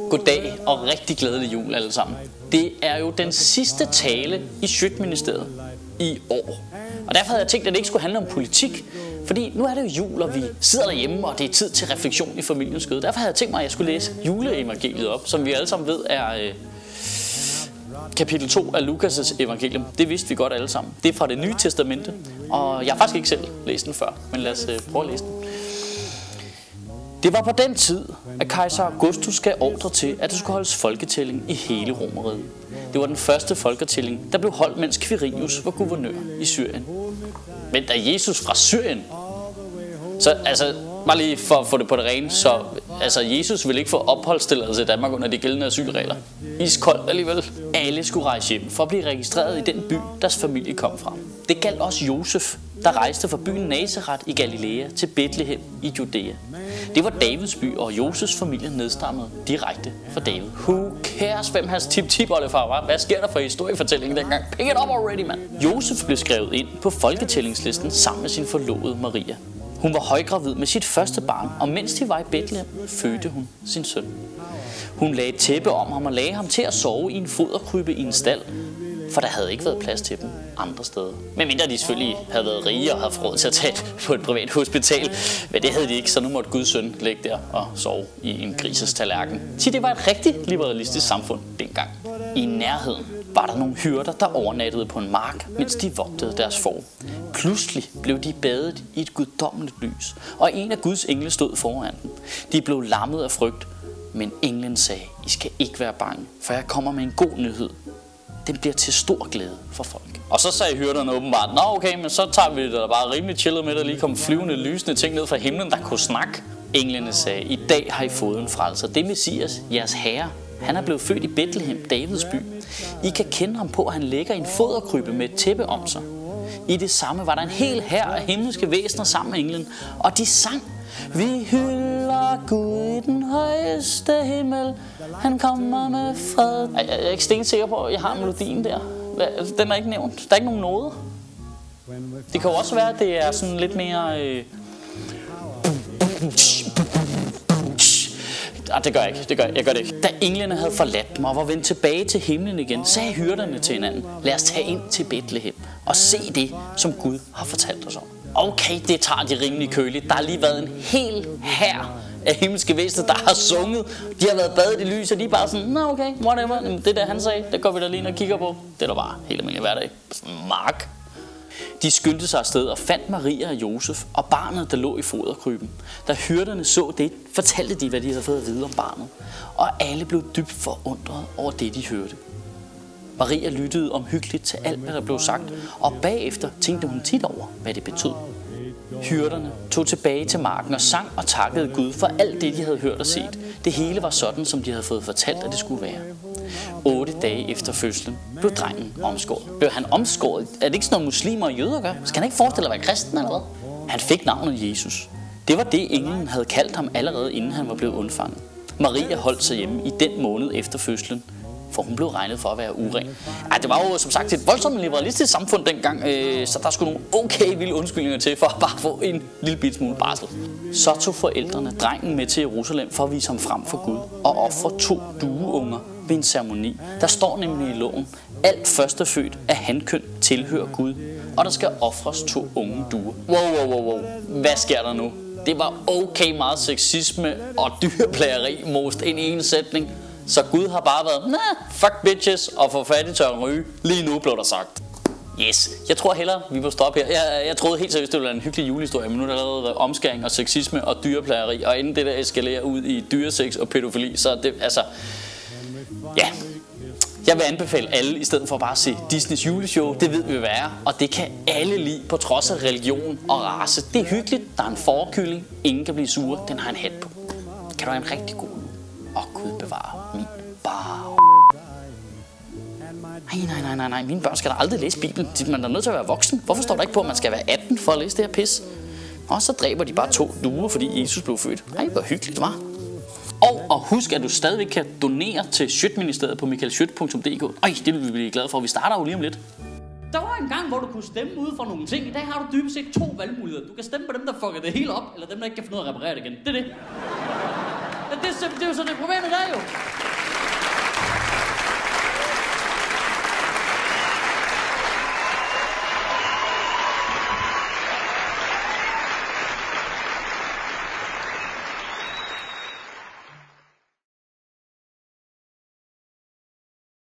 Goddag og rigtig glædelig jul alle sammen. Det er jo den sidste tale i Sjøtministeriet i år. Og derfor havde jeg tænkt, at det ikke skulle handle om politik. Fordi nu er det jo jul, og vi sidder derhjemme, og det er tid til refleksion i familiens skød. Derfor havde jeg tænkt mig, at jeg skulle læse juleevangeliet op, som vi alle sammen ved er kapitel 2 af Lukas' evangelium. Det vidste vi godt alle sammen. Det er fra det nye testamente, og jeg har faktisk ikke selv læst den før, men lad os prøve at læse den. Det var på den tid, at kejser Augustus gav ordre til, at der skulle holdes folketælling i hele Romerriget. Det var den første folketælling, der blev holdt, mens Quirinius var guvernør i Syrien. Men da Jesus fra Syrien, så bare lige for at få det på det rene, så Jesus ville ikke få opholdstilladelse i Danmark under de gældende asylregler. Iskoldt alligevel. Alle skulle rejse hjem for at blive registreret i den by, deres familie kom fra. Det galt også Josef, der rejste fra byen Nazaret i Galilea til Bethlehem i Judæa. Det var Davids by, og Josefs familie nedstammede direkte fra David. Who cares, hvem hans tip-tip-oldefar var? Hvad sker der for historiefortællingen dengang? Pick it up already, man! Josef blev skrevet ind på folketællingslisten sammen med sin forlovede Maria. Hun var højgravid med sit første barn, og mens de var i Bethlehem, fødte hun sin søn. Hun lagde et tæppe om ham og lagde ham til at sove i en foderkrybbe i en stald, for der havde ikke været plads til dem andre steder. Medmindre de selvfølgelig havde været rige og havde råd til at tage på et privat hospital. Men det havde de ikke, så nu måtte Guds søn ligge der og sove i en grises tallerken. Så det var et rigtig liberalistisk samfund dengang. I nærheden var der nogle hyrder, der overnattede på en mark, mens de vogtede deres får. Pludselig blev de badet i et guddommeligt lys, og en af Guds engle stod foran dem. De blev lammet af frygt, men englen sagde, I skal ikke være bange, for jeg kommer med en god nyhed. Den bliver til stor glæde for folk. Og så sagde hyrderne åbenbart, nå okay, men så tager vi det da bare rimelig chillet med, at lige kom flyvende, lysende ting ned fra himlen, der kunne snakke. Englene sagde, i dag har I fået en frelser. Det er Messias, jeres herre. Han er blevet født i Bethlehem, Davids by. I kan kende ham på, at han ligger i en foderkrybbe med et tæppe om sig. I det samme var der en hel hær af himmelske væsener sammen med englen, og de sang. Vi hylder Gud i den højeste himmel. Han kommer med fred. Jeg er ikke stensikker på, at jeg har melodien der. Den er ikke nævnt. Der er ikke nogen node. Det kan jo også være, at det er sådan lidt mere... Det gør jeg ikke. Jeg gør det ikke. Da englene havde forladt dem og var vendt tilbage til himlen igen, sagde hyrderne til hinanden, lad os tage ind til Bethlehem og se det, som Gud har fortalt os om. Okay, det tager de rimelig køligt. Der har lige været en hel hær af himmelske væsener, der har sunget. De har været badet i lys, og de er bare sådan, nå okay, whatever. Det der han sagde, det går vi da lige ind og kigger på. Det er da bare helt almindelig hverdag. Mark. De skyndte sig afsted og fandt Maria og Josef og barnet, der lå i foderkrybben. Da hyrderne så det, fortalte de, hvad de havde fået at vide om barnet. Og alle blev dybt forundret over det, de hørte. Maria lyttede omhyggeligt til alt, hvad der blev sagt, og bagefter tænkte hun tit over, hvad det betød. Hyrderne tog tilbage til marken og sang og takkede Gud for alt det, de havde hørt og set. Det hele var sådan, som de havde fået fortalt, at det skulle være. 8 dage efter fødslen blev drengen omskåret. Blev han omskåret? Er det ikke sådan noget muslimer og jøder gør? Skal han ikke forestille at være kristen eller hvad? Han fik navnet Jesus. Det var det, englen havde kaldt ham allerede inden han var blevet undfanget. Maria holdt sig hjemme i den måned efter fødslen, for hun blev regnet for at være uren. Det var jo som sagt et voldsomt liberalistisk samfund dengang, så der skulle nogle okay vilde undskyldninger til for at bare få en lille bit smule barsel. Så tog forældrene drengen med til Jerusalem for at vise ham frem for Gud og ofre 2 dueunger ved en ceremoni. Der står nemlig i loven, alt førstefødt af hankøn tilhører Gud, og der skal ofres 2 unge duer. Wow. Hvad sker der nu? Det var okay meget sexisme og dyrplageri most ind i en sætning. Så Gud har bare været, fuck bitches, og få fat i tørren ryge. Lige nu blev der sagt. Yes, jeg tror hellere, vi må stoppe her. Jeg troede helt seriøst, det ville være en hyggelig julehistorie, men nu er der allerede været omskæring og sexisme og dyreplageri, og inden det der eskalerer ud i dyresex og pædofili, så det, ja. Jeg vil anbefale alle, i stedet for bare at se Disneys juleshow, det ved vi hvad er, og det kan alle lide på trods af religion og race. Det er hyggeligt, der er en forkylling, ingen kan blive sure, den har en hat på. Kan du have en rigtig god nu? Og Gud bevare min barn. Nej, mine børn skal da aldrig læse Bibelen. Man er nødt til at være voksen. Hvorfor står der ikke på, at man skal være 18 for at læse det her pis? Og så dræber de bare 2 duer, fordi Jesus blev født. Hvor hyggeligt, hva'? Og husk, at du stadigvæk kan donere til Sjøtministeriet på michaelschødt.dk. Det vil vi blive glade for. Vi starter jo lige om lidt. Der var en gang, hvor du kunne stemme ud for nogle ting. I dag har du dybest set 2 valgmuligheder. Du kan stemme på dem, der fucker det hele op, eller dem, der ikke kan finde ud af at reparere det igen. Det er det. Det er jo så det problem i dag jo.